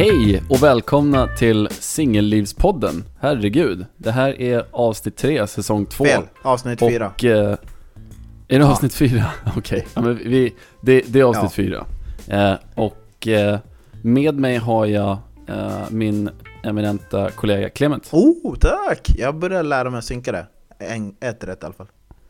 Hej och välkomna till Singellivspodden. Herregud, det här är avsnitt 3, säsong 2. Fel, avsnitt 4. Och är det avsnitt 4? Okej, ja, men det är avsnitt 4. Och med mig har jag min eminenta kollega Clement. Oh, tack! Jag börjar lära mig att synka det. Ett rätt i alla fall.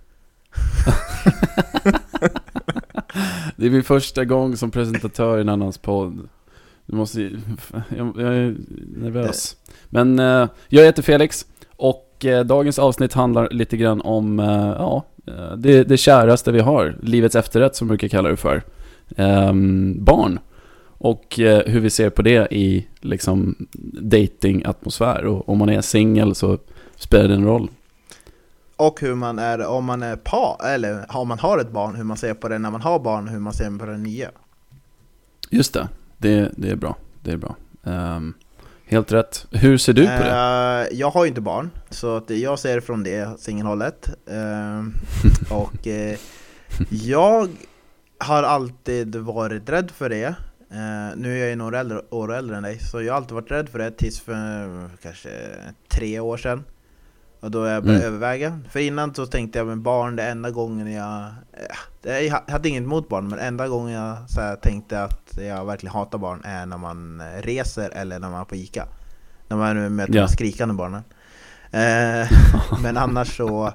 Det är min första gång som presentatör i en annans podd. Jag är nervös. Men jag heter Felix. Och dagens avsnitt handlar lite grann om det käraste vi har. Livets efterrätt som vi brukar kalla det för. Barn. Och hur vi ser på det i liksom dating-atmosfär. Och om man är singel så spelar det en roll. Och hur man är, om man är eller om man har ett barn, hur man ser på det när man har barn, hur man ser på det nya. Just det är bra. Det är bra. Helt rätt. Hur ser du på det? Jag har ju inte barn, så att jag ser från det singelhållet. Och jag har alltid varit rädd för det. Nu är jag ju några år äldre än dig, så jag har alltid varit rädd för det tills för kanske 3 år sedan. Och då jag började överväga. För innan så tänkte jag med barn, det enda gången jag hade inget emot barn, men enda gången jag så här, tänkte att jag verkligen hatar barn är när man reser eller när man är på Ica. När man möter de skrikande barnen. Men annars så...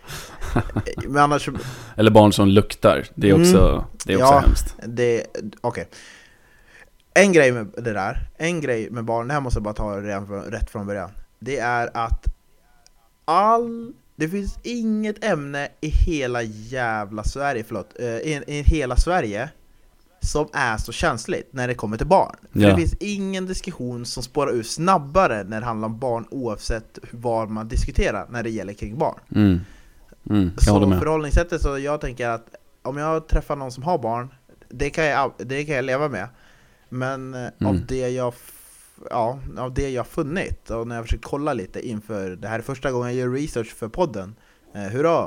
Eller barn som luktar. Det är också hemskt. Okej. En grej med det där. En grej med barn, det här måste jag bara ta rätt från början. Det är att det finns inget ämne i hela jävla Sverige, i hela Sverige som är så känsligt när det kommer till barn. För det finns ingen diskussion som spårar ur snabbare när det handlar om barn, oavsett vad man diskuterar när det gäller kring barn. Så förhållningssättet, så jag tänker att om jag träffar någon som har barn, det kan jag leva med. Men av det jag funnit, och när jag försöker kolla lite inför det här är första gången jag gör research för podden, hurra,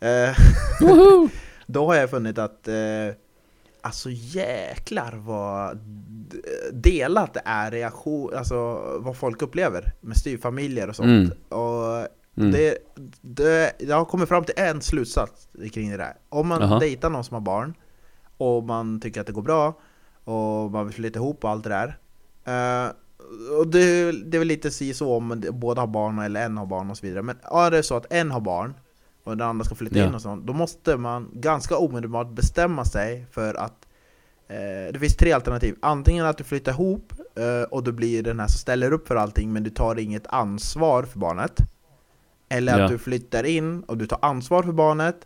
då har jag funnit att alltså jäklar vad delat det är reaktion, alltså vad folk upplever med styvfamiljer och sånt. Och jag har kommit fram till en slutsats kring det där. Om man dejtar någon som har barn och man tycker att det går bra och man vill flytta ihop och allt det där, och det är väl lite så om båda har barn eller en har barn och så vidare. Men är det så att en har barn och den andra ska flytta in och sånt, då måste man ganska omedelbart bestämma sig för att det finns 3 alternativ. Antingen att du flyttar ihop och du blir den här som ställer upp för allting, men du tar inget ansvar för barnet. Eller att du flyttar in och du tar ansvar för barnet.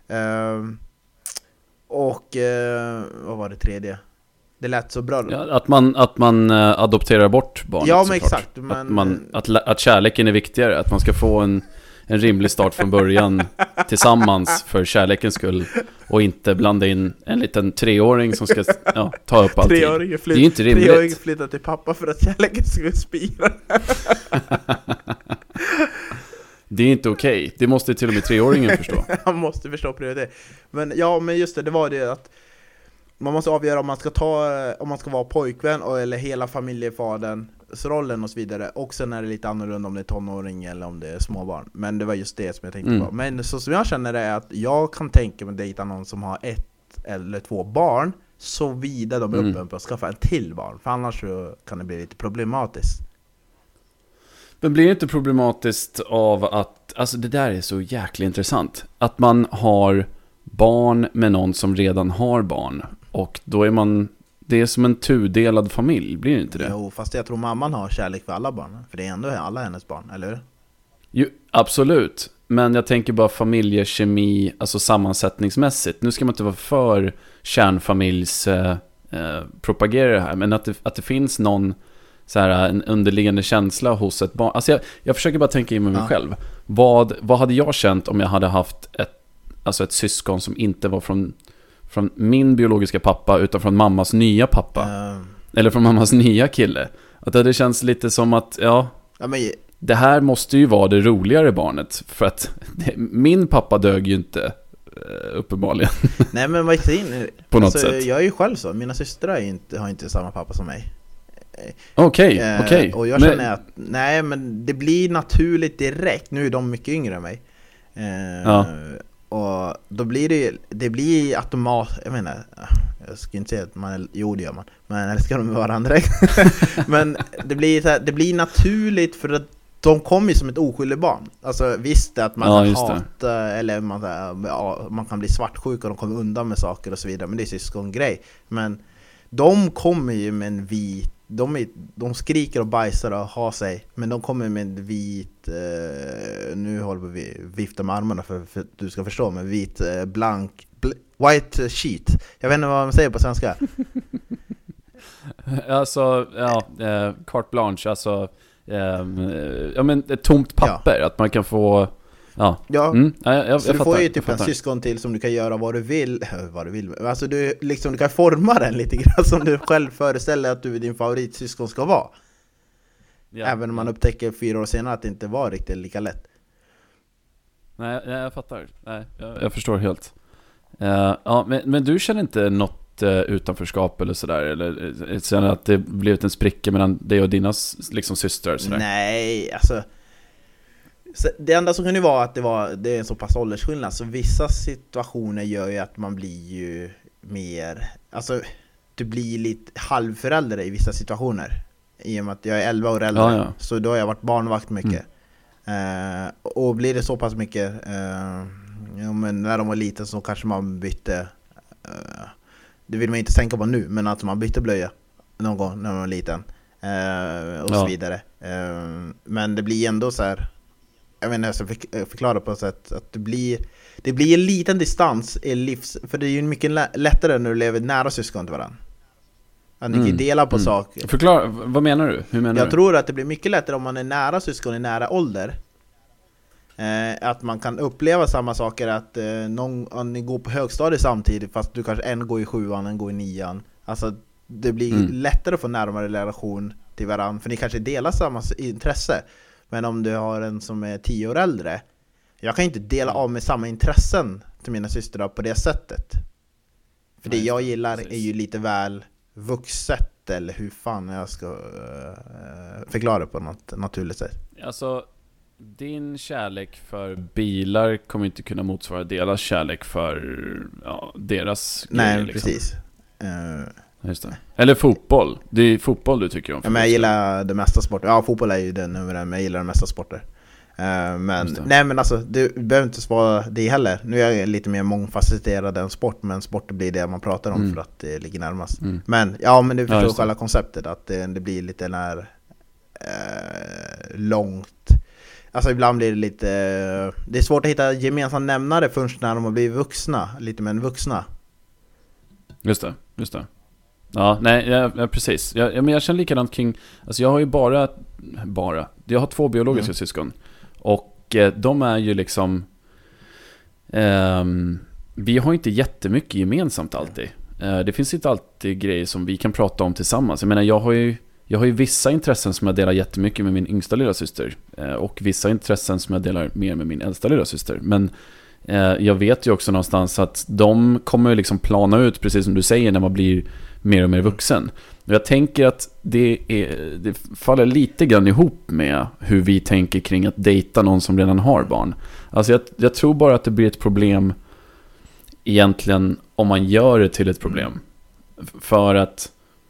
Och vad var det tredje? Det lät så bra. Ja, att man adopterar bort barnet. Ja, men exakt. Men... Att kärleken är viktigare. Att man ska få en rimlig start från början tillsammans för kärlekens skull. Och inte blanda in en liten 3-åring som ska ta upp allting. Det är inte rimligt. 3-åringen flyttar till pappa för att kärleken ska spira. Det är inte okej. Det måste till och med 3-åringen förstå. Han måste förstå prioritet. Men just det var det att man måste avgöra om man ska vara pojkvän eller hela familjefaderns rollen och så vidare. Och sen är det lite annorlunda om det är tonåring eller om det är småbarn. Men det var just det som jag tänkte på. Men så som jag känner det är att jag kan tänka mig att dejta någon som har 1 eller 2 barn, så vida de är öppen på att skaffa en till barn. För annars så kan det bli lite problematiskt. Men blir det inte problematiskt av att, alltså det där är så jäkla intressant, att man har barn med någon som redan har barn, och då är det är som en tudelad familj, blir det inte det? Jo, fast jag tror mamman har kärlek för alla barn, för det är ändå alla hennes barn, eller hur? Jo, absolut, men jag tänker bara familjekemi, alltså sammansättningsmässigt. Nu ska man inte vara för kärnfamiljs propagerare här, men att det finns någon så här, en underliggande känsla hos ett barn. Alltså jag försöker bara tänka in med mig själv. Vad hade jag känt om jag hade haft ett syskon som inte var från min biologiska pappa, utan från mammas nya pappa? Eller från mammas nya kille. Att det känns lite som att det här måste ju vara det roligare barnet. För att min pappa dög ju inte uppenbarligen. Nej, men vad är det? På något sätt. Jag är ju själv så. Mina systrar har inte samma pappa som mig. Okej. Och jag känner att nej, men det blir naturligt direkt. Nu är de mycket yngre än mig. Och då blir det blir automat. Jag menar, jag ska inte säga att man, jo det gör man, men älskar de varandra. Men det blir naturligt, för att de kommer ju som ett oskyldigt barn. Alltså visst att man kan hata eller man kan bli svartsjuk och de kommer undan med saker och så vidare, men det är syskongrej. Men de kommer ju med en vit, de skriker och bajsar och har sig, men de kommer med en vit, nu håller på att vifta med armarna för att du ska förstå, med vit blank white sheet. Jag vet inte vad man säger på svenska. Alltså, carte blanche, alltså men ett tomt papper, att man kan få jag så du får ju typ en syskon till som du kan göra vad du vill. Alltså du kan forma den lite grann som du själv föreställer att du din favoritsyskon ska vara. Även om man upptäcker 4 år senare att det inte var riktigt lika lätt. Nej, jag fattar. Nej, jag förstår helt. Men du känner inte något utanförskap eller sådär, eller känner att det blivit en spricka mellan dig och dina liksom systrar sådär? Nej, alltså det enda som kunde vara att det är en så pass åldersskillnad, så vissa situationer gör ju att man blir ju mer, alltså du blir lite halvförälder i vissa situationer, i och med att jag är 11 år äldre. Så då har jag varit barnvakt mycket. Och blir det så pass mycket men när de var liten så kanske man bytte, det vill man inte tänka på nu, men att man bytte blöja någon gång när man var liten och så vidare. Men det blir ändå så här, jag vet inte, jag ska förklara på ett sätt att det blir en liten distans i för det är ju mycket lättare när du lever nära syskon till varandra. Att ni kan dela på saker. Förklara, vad menar du? Hur menar du? Jag tror att det blir mycket lättare om man är nära syskon i nära ålder. Att man kan uppleva samma saker, att ni går på högstadiet samtidigt, fast du kanske en går i 7:an, en går i 9:an. Alltså det blir lättare att få närmare relation till varandra, för ni kanske delar samma intresse. Men om du har en som är 10 år äldre, jag kan inte dela av med samma intressen till mina systrar på det sättet. För det jag gillar är ju lite väl vuxet, eller hur fan jag ska förklara på något naturligt sätt. Alltså, din kärlek för bilar kommer inte kunna motsvara deras kärlek för deras grejer. Nej, liksom. Precis. Just det. Eller fotboll. Det är fotboll du tycker om. Ja, men jag gillar det mesta sporter. Ja, fotboll är ju den, men jag gillar de mesta sporter. Men alltså, du behöver inte svara det heller. Nu är jag lite mer mångfacetterad än sport, men sport blir det man pratar om för att det ligger närmast. Men du förstår själva konceptet, att det blir lite långt. Alltså ibland blir det lite, det är svårt att hitta gemensam nämnare först när de har blivit vuxna, lite mer vuxna. Just det. Ja, nej, precis. Men jag känner likadant kring, alltså jag har ju bara jag har 2 biologiska syskon, och de är ju liksom vi har inte jättemycket gemensamt alltid. Det finns inte alltid grejer som vi kan prata om tillsammans. Jag menar, jag har ju vissa intressen som jag delar jättemycket med min yngsta lilla syster, och vissa intressen som jag delar mer med min äldsta lilla syster. Men jag vet ju också någonstans att de kommer liksom plana ut, precis som du säger, när man blir mer och mer vuxen. Och jag tänker att det faller lite grann ihop med hur vi tänker kring att dejta någon som redan har barn. Alltså jag tror bara att det blir ett problem egentligen om man gör det till ett problem. För att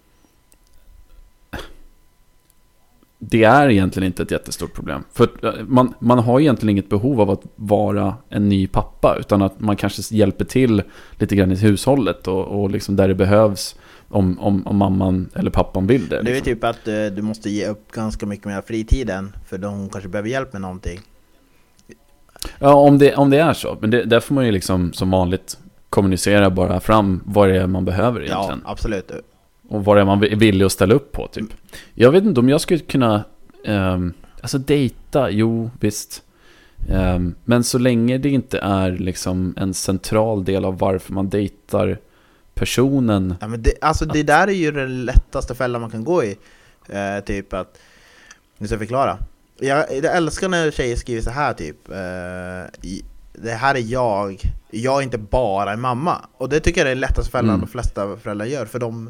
det är egentligen inte ett jättestort problem. För man har egentligen inget behov av att vara en ny pappa, utan att man kanske hjälper till lite grann i hushållet och liksom där det behövs, om mamman eller pappan vill det. Liksom. Det är typ att du måste ge upp ganska mycket mer fritiden, för de kanske behöver hjälp med någonting. Ja, om det är så. Men där får man ju liksom som vanligt kommunicera bara fram vad det är man behöver egentligen. Ja, absolut. Och vad det är man är villig att ställa upp på typ. Jag vet inte om jag skulle kunna alltså dejta, jo visst. Men så länge det inte är liksom en central del av varför man dejtar personen. Ja, men det där är ju den lättaste fällan man kan gå i. Typ att, nu ska jag förklara. Jag älskar när tjejer skriver så här typ. det här är jag är inte bara en mamma. Och det tycker jag är den lättaste fällan de flesta föräldrar gör. För de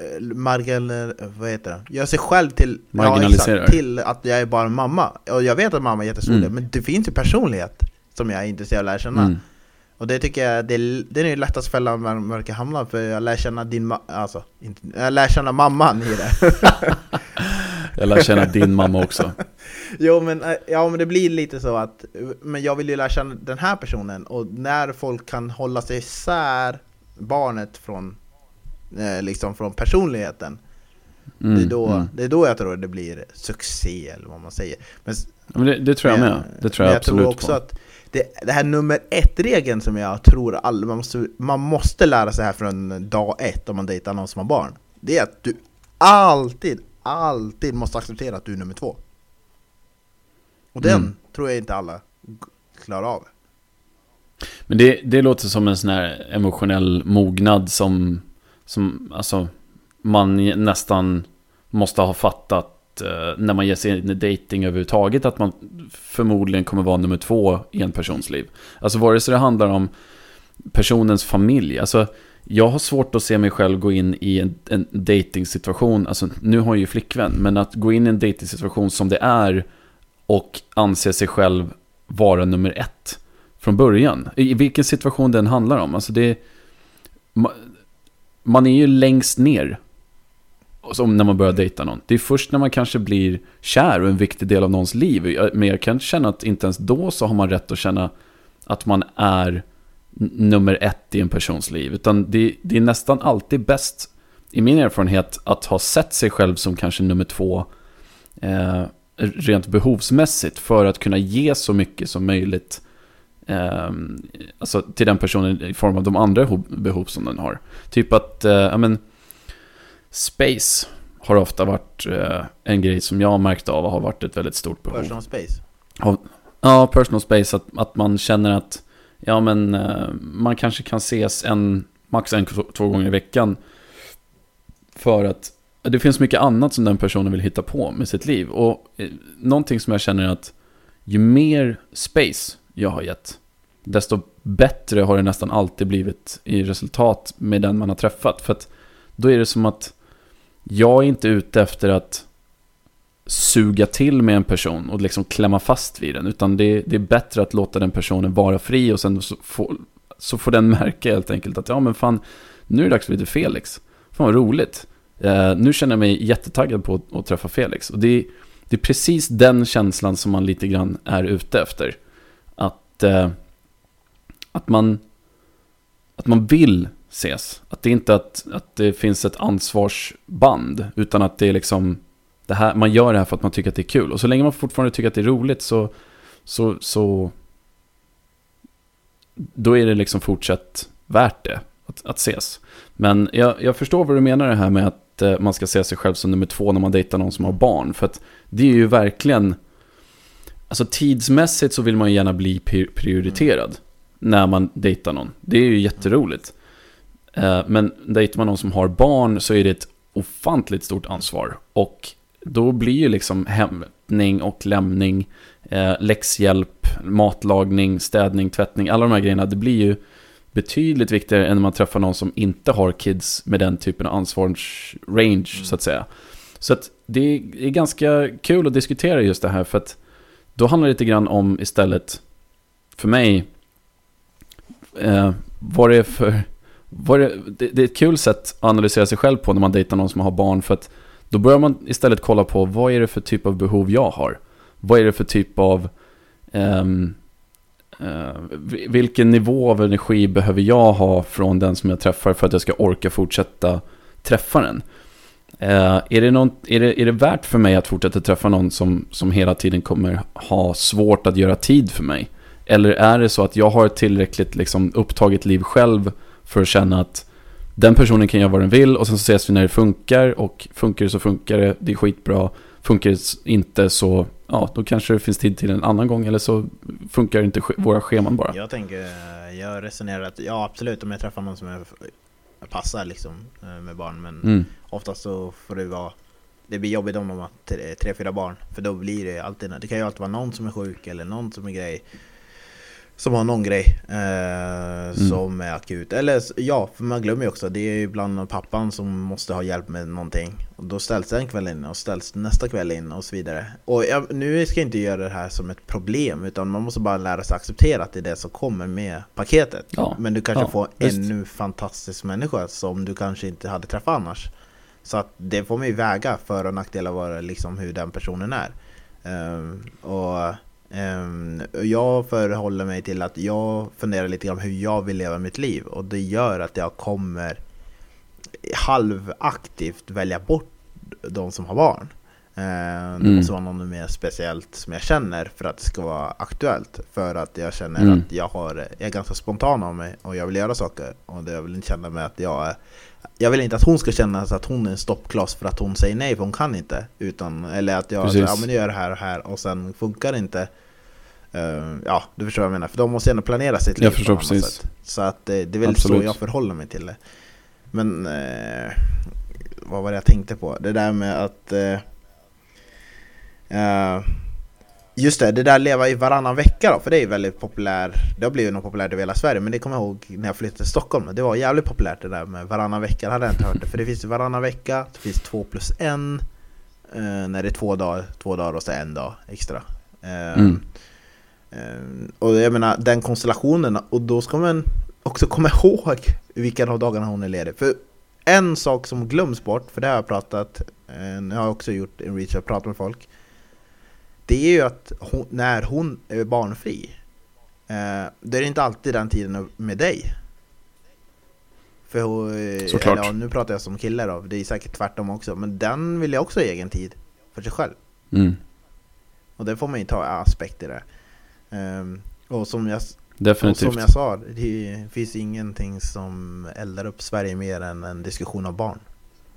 gör sig själv till, till att jag är bara en mamma. Och jag vet att mamma är jättestor, men det finns ju personlighet som jag är intresserad av att lära känna. Och det tycker jag, det är den lättaste fällan man verkar hamna. För jag lär känna jag lär känna mamman i det. Jag lär känna din mamma också. Jo, men det blir lite så att, men jag vill ju lära känna den här personen. Och när folk kan hålla sig isär barnet från liksom från personligheten, det är då jag tror det blir succé, eller vad man säger. Men det tror jag med. Det tror jag absolut tror också att det här nummer 1-regeln som jag tror man måste lära sig här från dag 1 om man dejtar någon som har barn. Det är att du alltid måste acceptera att du är nummer 2. Och den tror jag inte alla klarar av. Men det låter som en sån här emotionell mognad som alltså man nästan måste ha fattat när man ger sig in i dating överhuvudtaget, att man förmodligen kommer vara nummer 2 i en persons liv. Alltså vare sig det handlar om personens familj. Alltså jag har svårt att se mig själv gå in i en dating-situation. Alltså nu har jag ju flickvän, men att gå in i en dating-situation som det är och anse sig själv vara nummer 1 från början. I vilken situation den handlar om. Alltså man är ju längst ner som när man börjar dejta någon. Det är först när man kanske blir kär och en viktig del av någons liv. Men jag kan känna att inte ens då så har man rätt att känna att man är nummer 1 i en persons liv. Utan det är nästan alltid bäst, i min erfarenhet, att ha sett sig själv som kanske nummer 2 rent behovsmässigt, för att kunna ge så mycket som möjligt alltså till den personen i form av de andra behov som den har. Typ att space har ofta varit en grej som jag har märkt av och har varit ett väldigt stort behov. Personal space? Ja, personal space, att man känner att man kanske kan ses max 1-2 gånger i veckan, för att det finns mycket annat som den personen vill hitta på med sitt liv. Och någonting som jag känner att ju mer space jag har gett, desto bättre har det nästan alltid blivit i resultat med den man har träffat. För att då är det som att jag är inte ute efter att suga till med en person och liksom klämma fast vid den, utan det är bättre att låta den personen vara fri, och sen så får den märka helt enkelt att men fan, nu är det dags för lite Felix. Fan vad roligt. Nu känner jag mig jättetaggad på att träffa Felix. Och det är precis den känslan som man lite grann är ute efter. Att man vill ses. Att det inte att det finns ett ansvarsband, utan att det är liksom det här, man gör det här för att man tycker att det är kul. Och så länge man fortfarande tycker att det är roligt, så då är det liksom fortsatt värt det att ses. Men jag förstår vad du menar det här med att man ska se sig själv som nummer 2 när man dejtar någon som har barn. För att det är ju verkligen, alltså tidsmässigt så vill man ju gärna bli prioriterad när man dejtar någon. Det är ju jätteroligt. Men dejtar man någon som har barn så är det ett ofantligt stort ansvar. Och då blir ju liksom hämtning och lämning, läxhjälp, matlagning, städning, tvättning, alla de här grejerna, det blir ju betydligt viktigare än när man träffar någon som inte har kids med den typen av ansvarsrange, så att säga. Så att det är ganska kul att diskutera just det här, för att då handlar det lite grann om istället för mig det är ett kul sätt att analysera sig själv på när man dejtar någon som har barn, för att då börjar man istället kolla på vad är det för typ av behov jag har. Vad är det för typ av vilken nivå av energi behöver jag ha från den som jag träffar för att jag ska orka fortsätta träffa den. Är det värt för mig att fortsätta träffa någon som hela tiden kommer ha svårt att göra tid för mig? Eller är det så att jag har ett tillräckligt liksom upptaget liv själv för att känna att den personen kan göra vad den vill, och sen så ses vi när det funkar, och funkar det så funkar det är skitbra. Funkar det inte så, då kanske det finns tid till en annan gång, eller så funkar inte våra scheman bara. Jag resonerar att absolut, om jag träffar någon som jag passar liksom med barn, men oftast så får det blir jobbigt om de har 3-4 barn, för då blir det alltid, det kan ju alltid vara någon som är sjuk eller någon som är grej. som har någon grej som är akut. Eller ja, för man glömmer ju också, det är ju ibland pappan som måste ha hjälp med någonting. Och då ställs en kväll in och ställs nästa kväll in och så vidare. Och nu ska jag inte göra det här som ett problem, utan man måste bara lära sig acceptera att det är det som kommer med paketet. Ja. Men du kanske får ännu fantastisk människa som du kanske inte hade träffat annars. Så att det får man ju väga för och nackdelar var liksom hur den personen är. Jag förhåller mig till att jag funderar lite grann hur jag vill leva mitt liv, och det gör att jag kommer halvaktivt välja bort de som har barn. Det måste vara något mer speciellt som jag känner för att det ska vara aktuellt, för att jag känner att jag är ganska spontan av mig och jag vill göra saker, och jag vill inte känna mig att jag vill inte att hon ska känna att hon är en stoppkloss för att hon säger nej för hon kan inte, utan, eller att jag men gör det här och här och sen funkar det inte. Ja, du förstår vad jag menar, för de måste ändå planera sitt liv på något sätt. Så att det är väl så jag förhåller mig till det. Men vad var det jag tänkte på? Det där med att just det där leva i varannan vecka då, för det är väldigt populär. Det har blivit något populärt över hela Sverige, men det kommer jag ihåg när jag flyttade till Stockholm. Det var jävligt populärt det där med varannan vecka. Jag hade inte hört det, för det finns varannan vecka, det finns 2+1 när det är 2 dagar och så en dag extra. Och jag menar den konstellationen, och då ska man också komma ihåg vilka av dagarna hon är ledig. För en sak som glöms bort, för det har jag pratat, jag har också gjort en research och pratat med folk, det är ju att när hon är barnfri, det är inte alltid den tiden med dig. För nu pratar jag som kille då, det är säkert tvärtom också, men den vill jag också ha egen tid för sig själv. Och det får man ju ta aspekt i det. Och som jag sa, det finns ingenting som eldar upp Sverige mer än en diskussion om barn.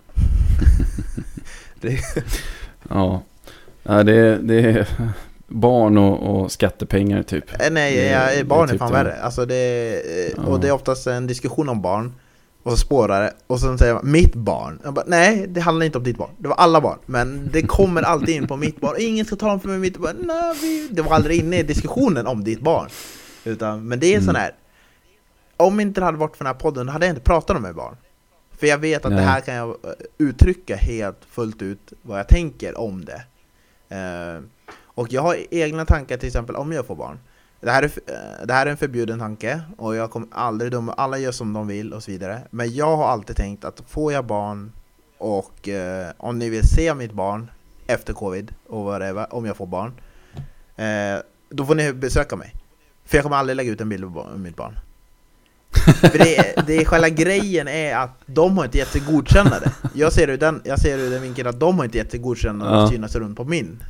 Ja, det är barn och skattepengar typ. Nej, barn är fan värre. Alltså och det är oftast en diskussion om barn, och så spårar det, och sen säger man mitt barn. Jag bara, nej, det handlar inte om ditt barn. Det var alla barn, men det kommer alltid in på mitt barn. Ingen ska tala om för mig mitt barn. Nej, det var aldrig inne i diskussionen om ditt barn. Men det är sån här, om inte det hade varit för den här podden hade jag inte pratat om med barn. För jag vet att det här kan jag uttrycka helt fullt ut vad jag tänker om det. Och jag har egna tankar, till exempel om jag får barn. Det här är en förbjuden tanke, och jag kommer aldrig döma, alla gör som de vill och så vidare. Men jag har alltid tänkt att får jag barn, och om ni vill se mitt barn efter covid och whatever, om jag får barn, då får ni besöka mig. För jag kommer aldrig lägga ut en bild på mitt barn. För det är själva grejen är att de har inte gett sig godkännande. Jag ser ur den vinkeln att de har inte gett sig godkännande att synas runt på min.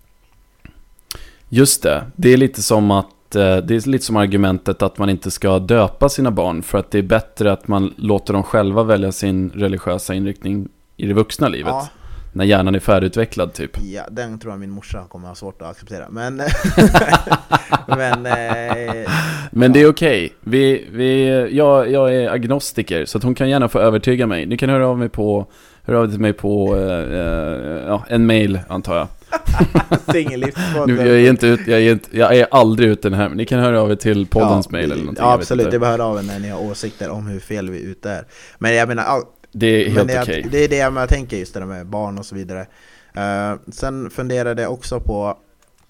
Just det. Det är lite som att det är lite som argumentet att man inte ska döpa sina barn, för att det är bättre att man låter dem själva välja sin religiösa inriktning i det vuxna livet. Ja. När hjärnan är färdigutvecklad typ. Ja, den tror jag min morsa kommer ha svårt att acceptera. Men men det är okej. Jag är agnostiker, så att hon kan gärna få övertyga mig. Ni kan höra av till mig på en mail, antar jag. Jag är aldrig ute den här, men ni kan höra av er till poddens mail eller någonting. Ja, absolut, det behöver av er när ni har åsikter om hur fel vi är ute är. Men jag menar, det är helt okej. Det är det jag tänker, just det där med barn och så vidare. Sen funderade jag också på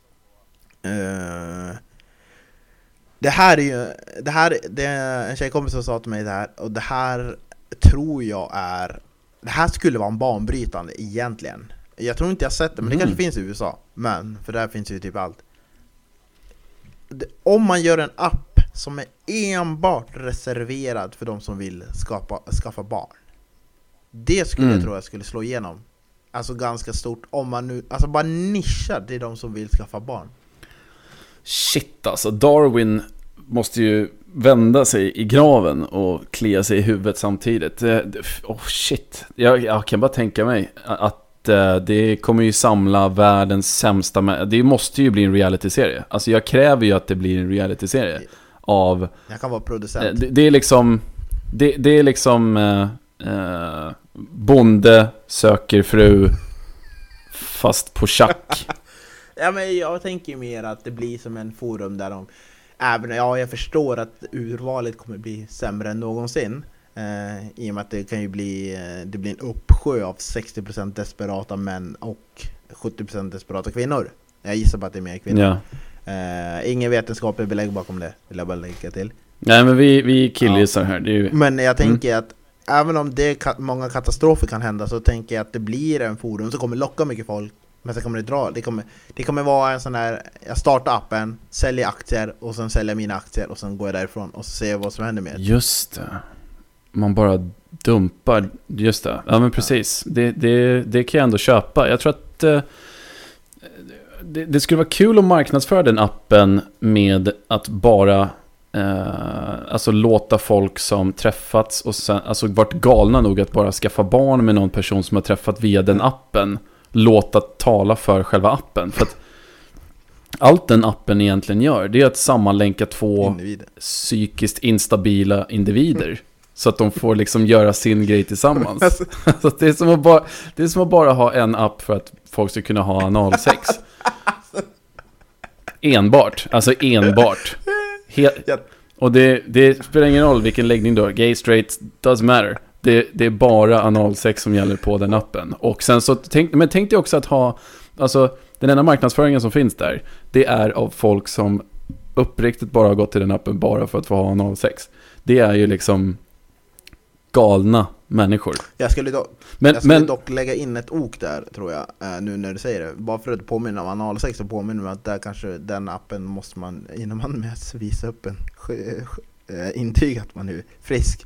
det är en tjejkompis som sa till mig det här, och det här tror jag det här skulle vara en banbrytande egentligen. Jag tror inte jag sett det, men det kanske finns i USA. Men, för där finns ju typ allt. Om man gör en app som är enbart reserverad för de som vill skaffa barn, det skulle jag tror jag skulle slå igenom. Alltså ganska stort, om man nu, alltså bara nischad till de som vill skaffa barn. Shit, alltså Darwin måste ju vända sig i graven och klia sig i huvudet samtidigt. Shit. Jag kan bara tänka mig att det kommer ju samla världens sämsta. Det måste ju bli en reality-serie. Alltså jag kräver ju att det blir en reality-serie av. Jag kan vara producent. Det är liksom det är liksom bonde söker fru fast på schack. Ja, men jag tänker mer att det blir som en forum där Även, ja, jag förstår att urvalet kommer bli sämre än någonsin. I och med att det kan ju bli det blir en uppsjö av 60% desperata män och 70% desperata kvinnor. Jag gissar på att det är mer kvinnor. Ja. Ingen vetenskaplig belägg bakom det, vill jag bara lägga till. Nej, men vi killgissar här. Det är ju... Men jag tänker att även om många katastrofer kan hända, så tänker jag att det blir en forum som kommer locka mycket folk. Men sen kommer det kommer vara en sån här, jag startar appen, säljer aktier och sen säljer mina aktier och sen går jag därifrån och så ser jag vad som händer med det. Just det. Man bara dumpar, just det. Ja, men precis. Det kan jag ändå köpa. Jag tror att det skulle vara kul att marknadsföra den appen med att bara alltså låta folk som träffats och sen, alltså varit galna nog att bara skaffa barn med någon person som har träffat via den appen, låta tala för själva appen. För att allt den appen egentligen gör, det är att sammanlänka två psykiskt instabila individer. Så att de får liksom göra sin grej tillsammans. Så att det är som att bara ha en app för att folk ska kunna ha analsex. Enbart. Och det spelar ingen roll vilken läggning du har. Gay, straight, doesn't matter. Det är bara analsex som gäller på den appen. Och sen så tänkte jag också att ha, alltså den enda marknadsföringen som finns där, det är av folk som uppriktigt bara har gått till den appen bara för att få ha analsex. Det är ju liksom galna människor. Jag skulle dock lägga in ett ok där, tror jag, nu när du säger det. Bara för att påminna om analsex, så påminner man att där kanske den appen måste man, innan man med visa upp en intyg att man är frisk.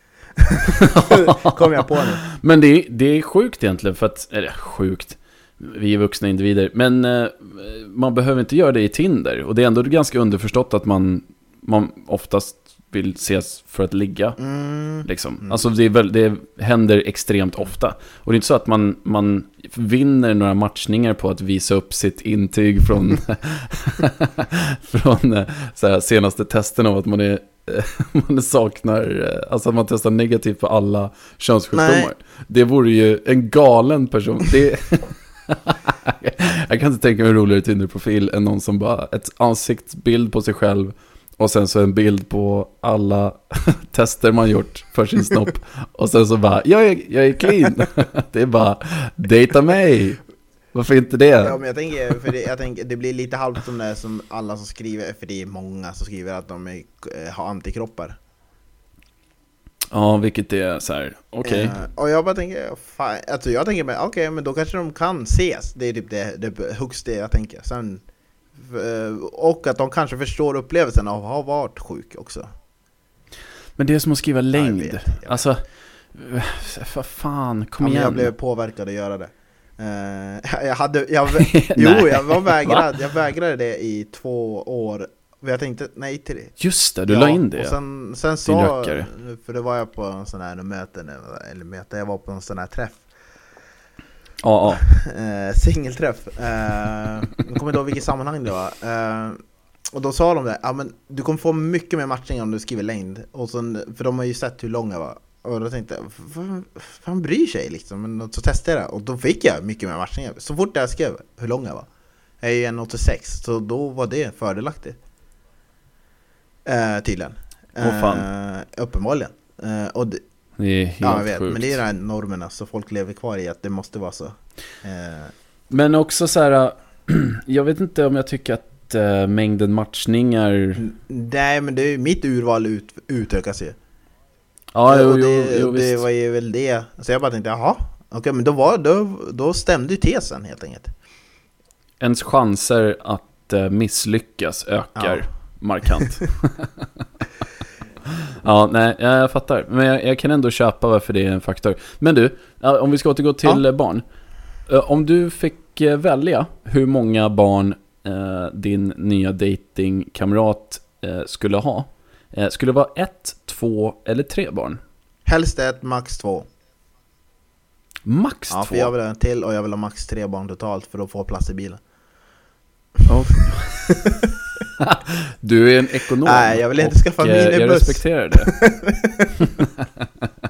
Kom jag på nu. Men det är sjukt egentligen, för att, eller sjukt, vi är vuxna individer, men man behöver inte göra det i Tinder. Och det är ändå ganska underförstått att man oftast vill ses för att ligga liksom. Alltså det händer extremt ofta. Och det är inte så att man vinner några matchningar på att visa upp sitt intyg från från så här, senaste testen av att man saknar, alltså att man testar negativt på alla könssjukdomar. Nej. Det vore ju en galen person. Jag kan inte tänka mig en roligare Tinder-profil än någon som bara ett ansiktsbild på sig själv och sen så en bild på alla tester man gjort för sin snopp. Och sen så bara, jag är clean. Det är bara, dejta mig. Varför inte det? Ja, men jag tänker det blir lite halvt som det som alla som skriver, för det är många som skriver att de har antikroppar. Ja, vilket är så här, okej. Och jag bara tänker, fan, alltså jag tänker mig, okej, men då kanske de kan ses. Det är typ det högsta jag tänker. Sen, och att de kanske förstår upplevelsen av att ha varit sjuk också. Men det är som att skriva längd. Jag vet. Alltså, vad fan, kom igen. Jag blev påverkad att göra det. Jag vägrade det i 2 år. Jag tänkte nej till det. Just det, du la in det. Och sen så, för det var jag på en sån här möte, jag var på en sån här träff. Ja. Singelträff. Jag kommer inte ihåg vilket sammanhang det var. Och då sa de det, ja men du kommer få mycket mer matchning om du skriver längd. Och sen, för de har ju sett hur lång jag var. Och då tänkte jag, fan bryr sig liksom. Men så testade jag och då fick jag mycket mer matchning. Så fort jag skrev hur lång jag var. Jag är ju 1,86, så då var det fördelaktigt. Tydligen. Uppenbarligen. Och det är helt jag vet, sjukt. Men det är de här normerna, så folk lever kvar i att det måste vara så. Men också så här, jag vet inte om jag tycker att mängden matchningar... Nej, men det är mitt urval utökas ju. Ja, det var ju väl det. Så jag bara tänkte, jaha, okej, men då stämde ju tesen helt enkelt. Ens chanser att misslyckas ökar markant. Ja, nej, jag fattar. Men jag kan ändå köpa varför det är en faktor. Men du, om vi ska återgå till barn. Om du fick välja hur många barn din nya datingkamrat skulle ha. Skulle det vara 1, 2 eller 3 barn? Helst 1, max 2. Max 2? Ja, för jag vill ha en till och jag vill ha max 3 barn totalt för att få plats i bilen. Du är en ekonom. Nej, jag vill inte skaffa minibuss. Jag respekterar det.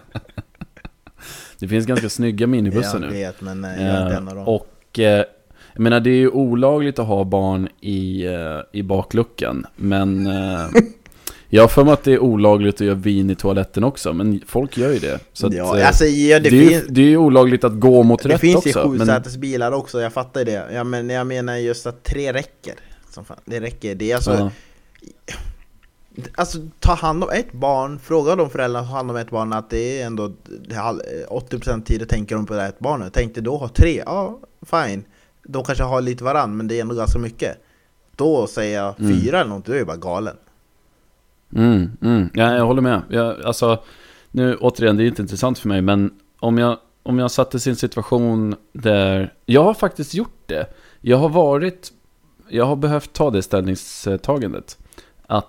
Det finns ganska snygga minibussar nu. Jag vet, men jag är inte en av dem. Och Jag menar, det är ju olagligt att ha barn i bakluckan. Men jag har för mig att det är olagligt att göra vin i toaletten också. Men folk gör ju det. Så att, det är ju olagligt att gå mot rätt också. Det finns ju 7-sätesbilar också, jag fattar ju det. Men jag menar just att 3 räcker. Det räcker, det är alltså... Alltså ta hand om ett barn. Fråga de föräldrar som tar hand om ett barn att det är ändå 80% tid tänker de på det här ett barnet. Tänkte då ha 3, ja fine. De kanske har lite varann, men det är ändå ganska mycket. Då säger jag 4 eller något, du är ju bara galen. Ja, jag håller med. Alltså, nu återigen, det är inte intressant för mig, men om jag sattes i en situation där jag har faktiskt gjort det. Jag har behövt ta det ställningstagandet att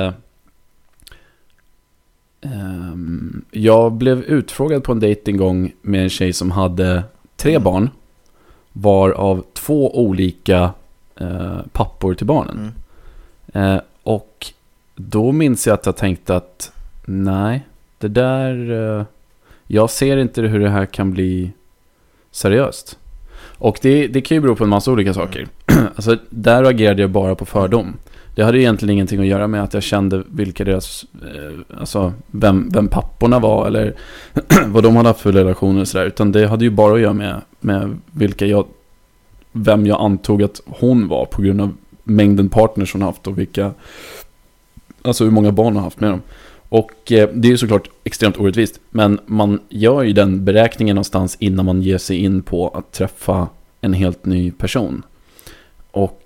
jag blev utfrågad på en dejt en gång med en tjej som hade 3 barn, varav 2 olika pappor till barnen. Och då minns jag att jag tänkte att nej, det där jag ser inte hur det här kan bli seriöst. Och det kan ju bero på en massa olika saker. Alltså, där agerade jag bara på fördom. Det hade egentligen ingenting att göra med att jag kände vilka deras alltså vem papporna var eller vad de hade haft för relationer och sådär, utan det hade ju bara att göra med vem jag antog att hon var på grund av mängden partners hon haft och alltså hur många barn hon haft med dem. Och det är ju såklart extremt orättvist, men man gör ju den beräkningen någonstans innan man ger sig in på att träffa en helt ny person. Och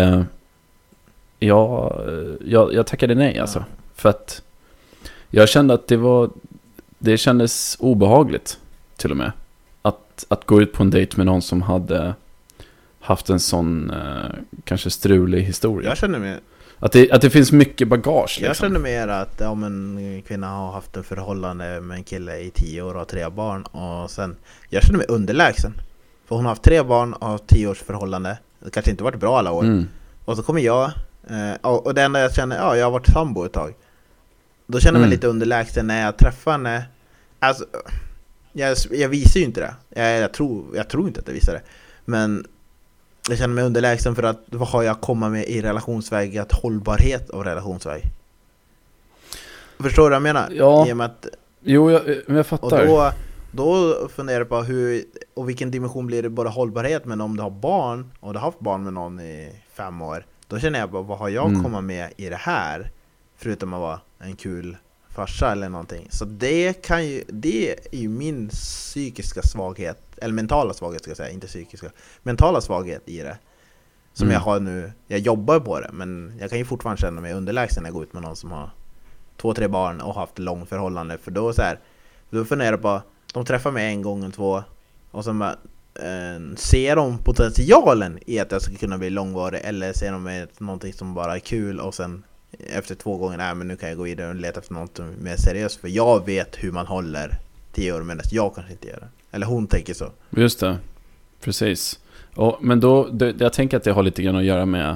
jag tackade nej alltså. För att jag kände att det kändes obehagligt till och med att gå ut på en dejt med någon som hade haft en sån kanske strulig historia. Jag känner mig att det finns mycket bagage liksom. Jag känner mer att om en kvinna har haft en förhållande med en kille i 10 år och har 3 barn och sen, jag känner mig underlägsen. För hon har haft 3 barn och har 10 års förhållande. Det kanske inte varit bra alla år. Och så kommer jag och det enda jag känner, jag har varit sambo ett tag. Då känner jag mig lite underlägsen när jag träffar henne. Alltså, jag visar ju inte det. Jag tror inte att jag visar det. Men jag känner mig underlägsen för att vad har jag komma med i relationsväg, att hållbarhet av relationsväg. Förstår du vad jag menar? Ja. I och med att, jag fattar. Och då funderar jag på hur och vilken dimension blir det både hållbarhet, men om du har barn och du har haft barn med någon i 5 år, då känner jag bara, vad har jag komma med i det här förutom att vara en kul farsa eller någonting. Så det är ju min psykiska svaghet, eller mentala svaghet ska jag säga, inte psykiska, mentala svaghet i det som jag har nu. Jag jobbar på det, men jag kan ju fortfarande känna mig underlägsen när jag går ut med någon som har 2-3 barn och haft lång förhållande. För då så här, då funderar jag på, de träffar mig en gång eller 2 och så bara, ser de potentialen i att jag ska kunna bli långvarig, eller ser de med någonting som bara är kul och sen efter 2 gånger, nej men nu kan jag gå vidare och leta efter något mer seriöst, för jag vet hur man håller 10 år, men jag kanske inte gör det. Eller hon tänker så. Just det, precis. Men då, jag tänker att det har lite grann att göra med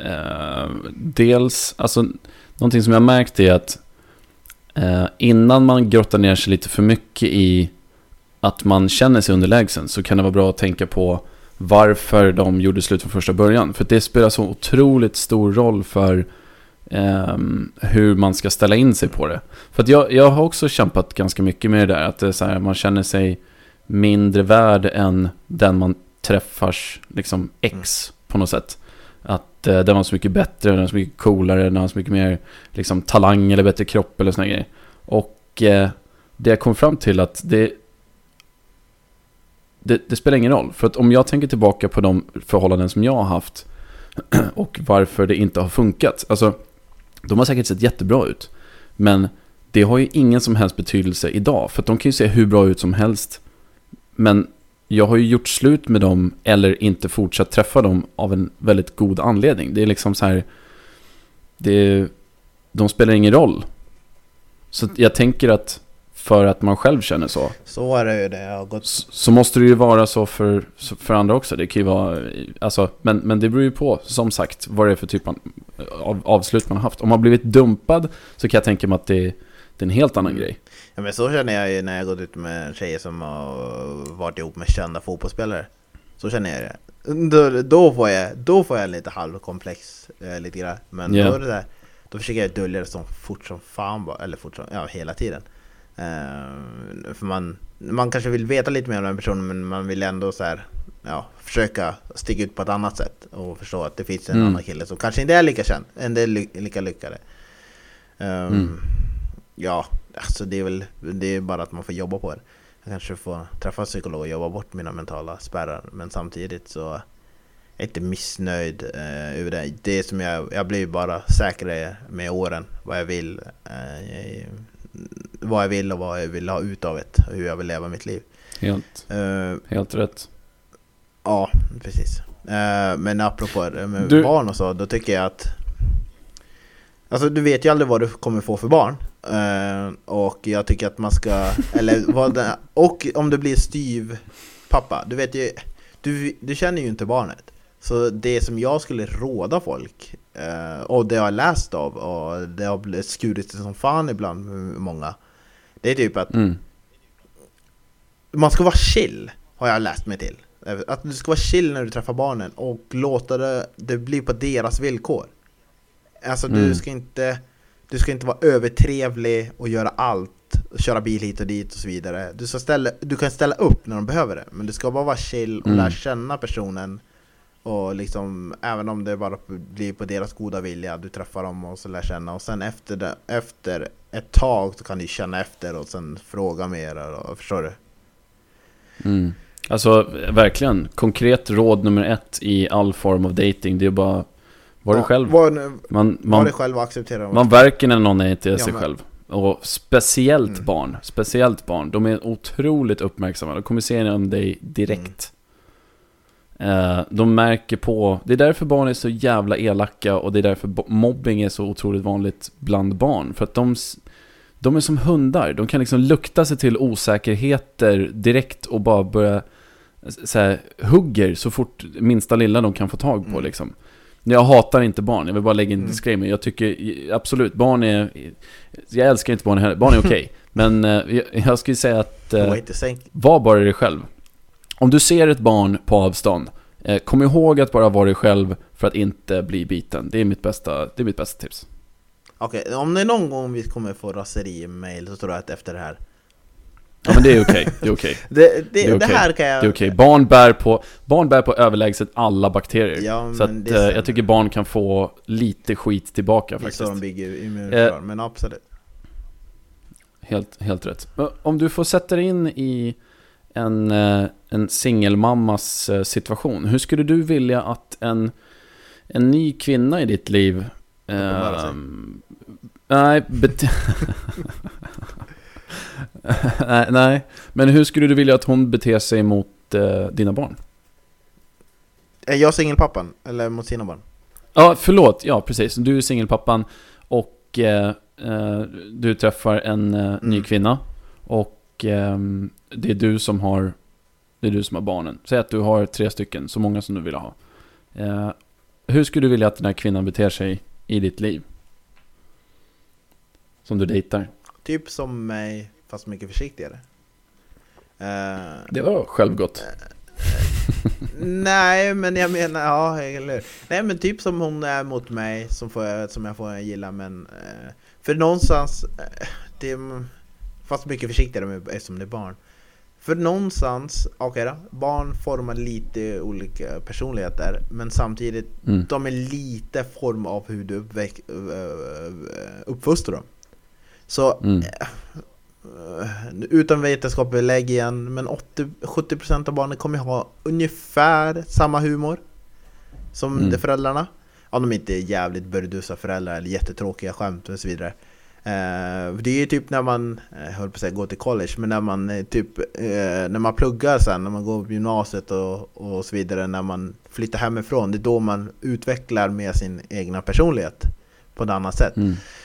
dels, alltså någonting som jag märkt är att innan man grottar ner sig lite för mycket i att man känner sig underlägsen, så kan det vara bra att tänka på varför de gjorde slut från första början. För det spelar så otroligt stor roll för hur man ska ställa in sig på det. För att jag har också kämpat ganska mycket med det där, att det är så här, man känner sig mindre värd än den man träffars liksom ex på något sätt. Att den var så mycket bättre, den var så mycket coolare, den var så mycket mer liksom talang eller bättre kropp eller såna grejer. Och det jag kom fram till att det spelar ingen roll. För att om jag tänker tillbaka på de förhållanden som jag har haft och varför det inte har funkat, alltså de har säkert sett jättebra ut, men det har ju ingen som helst betydelse idag, för att de kan ju se hur bra ut som helst, men jag har ju gjort slut med dem eller inte fortsatt träffa dem av en väldigt god anledning. Det är liksom så här, de spelar ingen roll. Så jag tänker att för att man själv känner så är det ju det jag har gått. Så måste det ju vara så för andra också. Det kan ju vara, alltså, men det beror ju på, som sagt, vad det är för typ av avslut man har haft. Om man har blivit dumpad så kan jag tänka mig att det är en helt annan grej. Ja, men så känner jag ju när jag gått ut med tjejer som har varit ihop med kända fotbollsspelare. Så känner jag det. då får jag lite halvkomplex lite grann. Men då är det där, då försöker jag dölja det så fort som fan bara, eller fort som, hela tiden. För man kanske vill veta lite mer om den personen, men man vill ändå så här, försöka sticka ut på ett annat sätt och förstå att det finns en annan kille som kanske inte är lika känd, inte är lika lyckade. Ja, alltså det är bara att man får jobba på det. Jag kanske får träffa en psykolog och jobba bort mina mentala spärrar, men samtidigt så är jag inte missnöjd över det. Det som jag blir bara säkrare med åren, vad jag vill och vad jag vill ha ut av det, hur jag vill leva mitt liv. Helt rätt. Ja, precis. Men apropå barn och så, då tycker jag att, alltså du vet ju aldrig vad du kommer få för barn. Och jag tycker att man ska, och om du blir styv pappa, du vet ju, du känner ju inte barnet. Så det som jag skulle råda folk, och det jag har läst av, och det har blivit skurit som fan ibland med många, det är typ att man ska vara chill, har jag läst mig till. Att du ska vara chill när du träffar barnen och låta det bli på deras villkor. Alltså du ska inte vara övertrevlig och göra allt, köra bil hit och dit och så vidare. Du kan ställa upp när de behöver det, men du ska bara vara chill och lära känna personen. Och liksom, även om det bara blir på deras goda vilja, du träffar dem och så lär känna. Och sen efter ett tag så kan du känna efter och sen fråga mer, förstår du? Alltså verkligen, konkret råd nummer 1 i all form av dating, det är bara var dig själv. Var dig själv och acceptera. Man verkar när någon är inte sig själv. Och speciellt barn, de är otroligt uppmärksamma. De kommer se om dig direkt. De märker på, det är därför barn är så jävla elaka, och det är därför mobbing är så otroligt vanligt bland barn. För att de är som hundar. De kan liksom lukta sig till osäkerheter direkt och bara börja så här, hugger så fort minsta lilla de kan få tag på liksom. Jag hatar inte barn, jag vill bara lägga in disclaimer. Jag tycker absolut, jag älskar inte barn heller. Barn är okej. Men jag skulle säga att var bara dig själv. Om du ser ett barn på avstånd, kom ihåg att bara vara dig själv för att inte bli biten. Det är mitt bästa tips. Okej, om det är någon gång vi kommer få raseri-mail så tror jag att efter det här. Ja, men det är okej. Det är okej. Det här kan jag... Det är okej. Barn bär på överlägset alla bakterier. Ja, så att, jag tycker barn kan få lite skit tillbaka faktiskt. Så de bygger immunförsvar, men absolut. Helt rätt. Om du får sätta dig in i en singelmammas situation, hur skulle du vilja att en ny kvinna i ditt liv nej, men hur skulle du vilja att hon beter sig mot dina barn? Är jag singelpappan eller mot sina barn? Ja, förlåt. Ja, precis. Du är singelpappan och du träffar en ny kvinna, och det är du som har barnen. Säg att du har 3 stycken, så många som du vill ha. Hur skulle du vilja att den här kvinnan beter sig i ditt liv som du dejtar? Typ som mig, fast mycket försiktigare. Det var självgott. Nej, men jag menar, eller nej, men typ som hon är mot mig, som jag får gilla, men för någonstans det är fast mycket försiktigare eftersom det är barn. För någonstans, barn formar lite olika personligheter, men samtidigt de är lite form av hur du uppfostrar dem. Så utan vetenskaplig belägg igen, men 70% av barnen kommer ha ungefär samma humor som föräldrarna. Om de inte är jävligt burdusa föräldrar eller jättetråkiga skämt och så vidare. Det är typ när man höll på att säga gå till college, men när man när man pluggar sen, när man går på gymnasiet och så vidare, när man flyttar hemifrån, det är då man utvecklar med sin egna personlighet på ett annat sätt.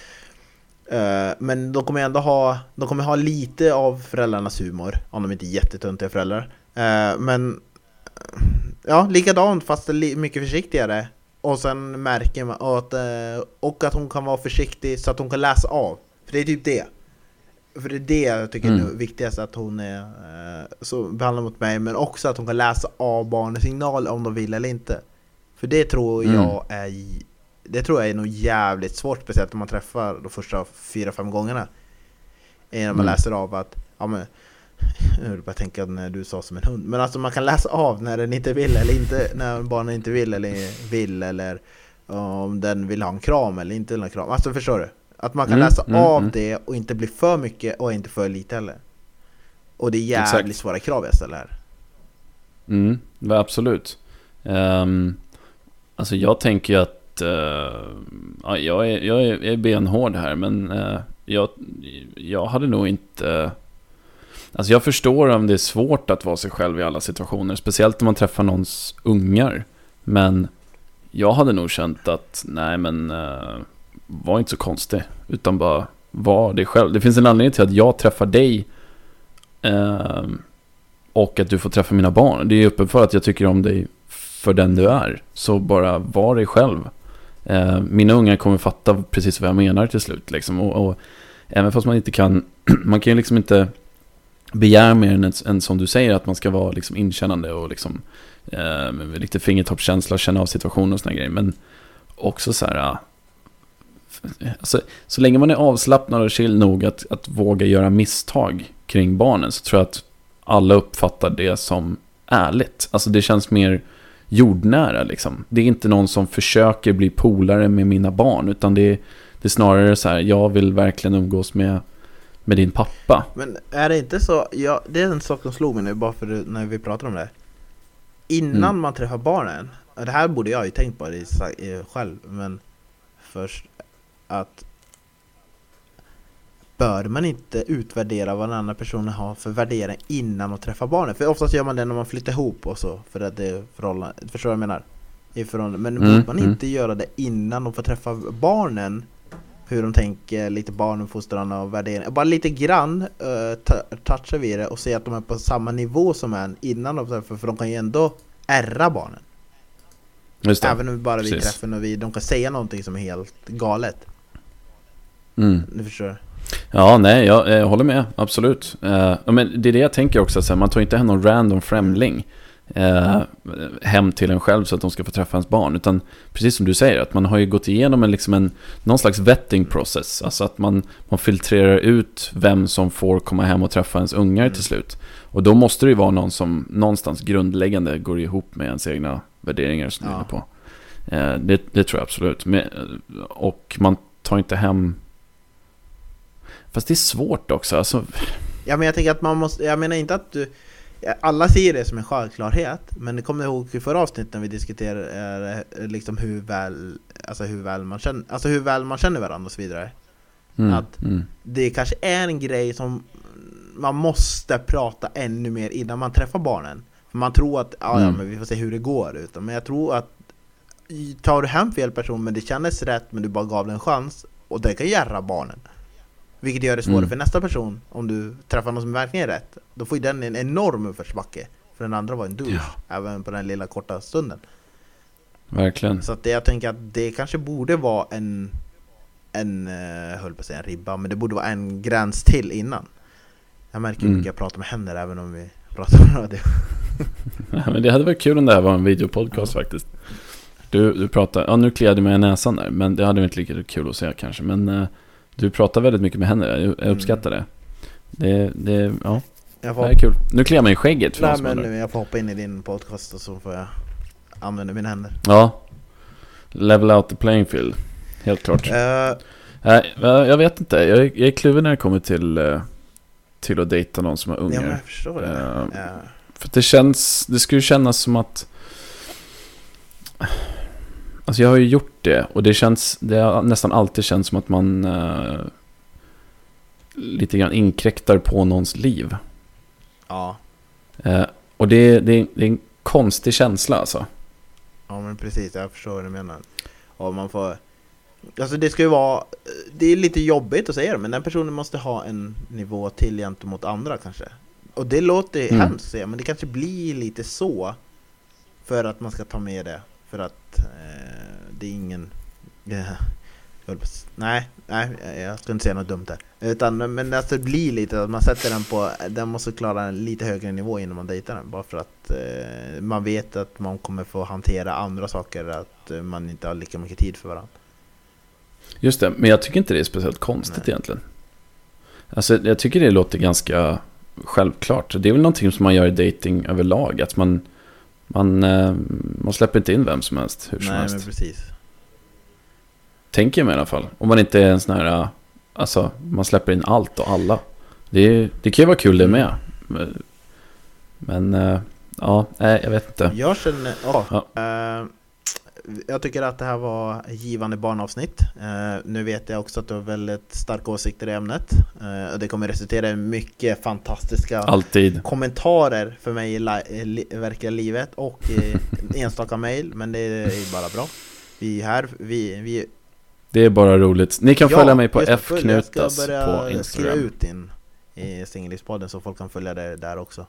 Men de kommer ändå ha lite av föräldrarnas humor, om de inte är jättetöntiga föräldrar. Men ja, likadant fast mycket försiktigare. Och sen märker man att hon kan vara försiktig så att hon kan läsa av. För det är typ det. För det är det jag tycker är det viktigaste, att hon är så behandlad mot mig, men också att hon kan läsa av barnens signaler om de vill eller inte. För det tror jag är nog jävligt svårt, speciellt om man träffar de första 4-5 gångerna. Innan man läser av att, ja men, nu bara tänka när du sa som en hund, men alltså man kan läsa av när den inte vill eller inte, när barnen inte vill eller om den vill ha en kram eller inte vill ha en kram. Alltså förstår du? Att man kan läsa av det och inte bli för mycket och inte för lite heller. Och det är jävligt svåra krav jag ställer här. Absolut. Alltså jag tänker ju att jag är benhård här, men jag hade nog inte... Alltså jag förstår om det är svårt att vara sig själv i alla situationer, speciellt när man träffar någons ungar. Men jag hade nog känt att var inte så konstig, utan bara var dig själv. Det finns en anledning till att jag träffar dig och att du får träffa mina barn. Det är öppen för att jag tycker om dig för den du är. Så bara var dig själv. Mina ungar kommer fatta precis vad jag menar till slut liksom. Och även fast man inte kan man kan ju liksom inte begära mer än som du säger, att man ska vara liksom inkännande och liksom lite fingertoppskänsla och känna av situationen och såna grejer. Men också så här, alltså, så länge man är avslappnad och chill nog att våga göra misstag kring barnen, så tror jag att alla uppfattar det som ärligt. Alltså det känns mer jordnära liksom. Det är inte någon som försöker bli polare med mina barn, utan det är snarare så här, jag vill verkligen umgås med din pappa. Men är det inte så, det är en sak som slog mig nu, bara för när vi pratar om det. Innan man träffar barnen, det här borde jag ju tänkt på det själv, men först att bör man inte utvärdera vad den andra personen har för värdering innan man träffar barnen? För oftast gör man det när man flyttar ihop och så, för att det är förhållande, förstår vad jag menar? Men borde man inte göra det innan de får träffa barnen? Hur de tänker, lite barnuppfostran och värdering. Bara lite grann touchar vi det och se att de är på samma nivå som en innan de träffar, för de kan ju ändå ärra barnen. Just det. Även om bara vi träffar och de kan säga någonting som är helt galet. Du förstår. Ja, nej, jag håller med, absolut. Men det är det jag tänker också, så här, man tar inte hem någon random främling hem till en själv så att de ska få träffa ens barn, utan precis som du säger, att man har ju gått igenom någon slags vetting process, alltså att man filtrerar ut vem som får komma hem och träffa ens ungar till slut, och då måste det ju vara någon som någonstans grundläggande går ihop med ens egna värderingar som är på. Det tror jag absolut. Och man tar inte hem, fast det är svårt också alltså. Ja, men jag tänker att man måste, jag menar inte att du, alla ser det som en självklarhet, men det kommer ihåg i förra avsnittet när vi diskuterade liksom hur väl man känner varandra och så vidare. Det kanske är en grej som man måste prata ännu mer innan man träffar barnen. För man tror att men vi får se hur det går ut. Men jag tror att tar du hem fel person men det kändes rätt, men du bara gav den en chans, och det kan göra barnen. Vilket gör det svårare för nästa person. Om du träffar någon som verkligen är rätt, då får ju den en enorm uppförsbacke. För den andra var en douche, även på den lilla korta stunden. Verkligen. Så att jag tänker att det kanske borde vara höll på att säga en ribba, men det borde vara en gräns till innan. Jag märker hur mycket jag pratar med händer även om vi pratar om radio. Ja, men det hade varit kul om det här var en videopodcast faktiskt. Du pratar, nu kliade mig i näsan där, men det hade varit lika kul att se kanske. Men du pratar väldigt mycket med händer, jag uppskattar det. Det är kul. Nu kliar mig i skägget. Nej, men nu jag får hoppa in i din podcast och så får jag använda mina händer. Ja, level out the playing field. Helt klart. Jag vet inte, jag är kluven när det kommer till att dejta någon som är unga. Ja, men jag förstår det. För det skulle kännas som att, alltså jag har ju gjort det, och det har nästan alltid känts som att man lite grann inkräktar på någons liv. Ja. Och det är en konstig känsla alltså. Ja, men precis, jag förstår vad du menar. Och man får, alltså det ska ju vara, det är lite jobbigt att säga det, men den personen måste ha en nivå till gentemot andra kanske. Och det låter hemskt att säga, men det kanske blir lite så för att man ska ta med det. För att det är ingen Nej, jag ska inte säga något dumt där. Men alltså det blir lite att man sätter den på, den måste klara en lite högre nivå innan man dejtar den. Bara för att man vet att man kommer få hantera andra saker, att man inte har lika mycket tid för varandra. Just det, men jag tycker inte det är speciellt konstigt egentligen. Alltså jag tycker det låter ganska självklart. Det är väl någonting som man gör i dating överlag, att man släpper inte in vem som helst, hur som helst. Men precis. Tänker jag mig i alla fall. Om man inte är en sån här, alltså man släpper in allt och alla. Det kan ju vara kul det med. Men ja, jag vet inte. Jag känner, jag tycker att det här var givande barnavsnitt. Nu vet jag också att du har väldigt starka åsikter i ämnet. Och det kommer resultera i mycket fantastiska kommentarer för mig i verkliga livet och enstaka mejl. Men det är bara bra. Vi det är bara roligt. Ni kan följa mig på fknutas på Instagram. Skriva ut i Singellivspodden så folk kan följa det där också.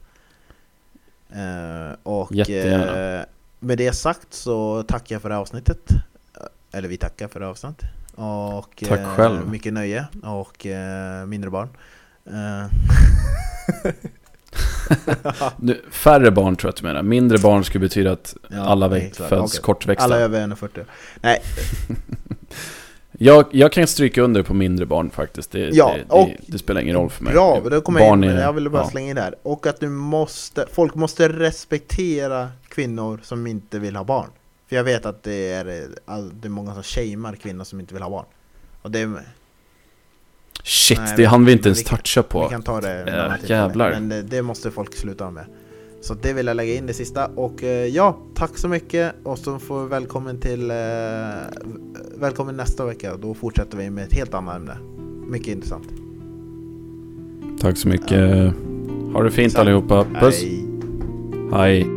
Och med det sagt så tackar jag för det här avsnittet. Eller vi tackar för det här avsnittet. Och tack själv. Mycket nöje och mindre barn. Nu, färre barn tror jag att du menar. Mindre barn skulle betyda att alla föds kortväxta. Alla över 1,40. Nej. Jag kan stryka under på mindre barn faktiskt. Det spelar ingen roll för mig. Bra, då kommer jag vill bara slänga in det här. Och att folk måste respektera kvinnor som inte vill ha barn. För jag vet att det är många som shamear kvinnor som inte vill ha barn. Och det shit, det hann vi inte ens toucha på. Vi kan ta det jävlar. Men det måste folk sluta med. Så det vill jag lägga in det sista. Och tack så mycket. Och så får vi välkommen nästa vecka. Då fortsätter vi med ett helt annat ämne. Mycket intressant. Tack så mycket. Ha det fint allihopa. Puss. Hej. Hej.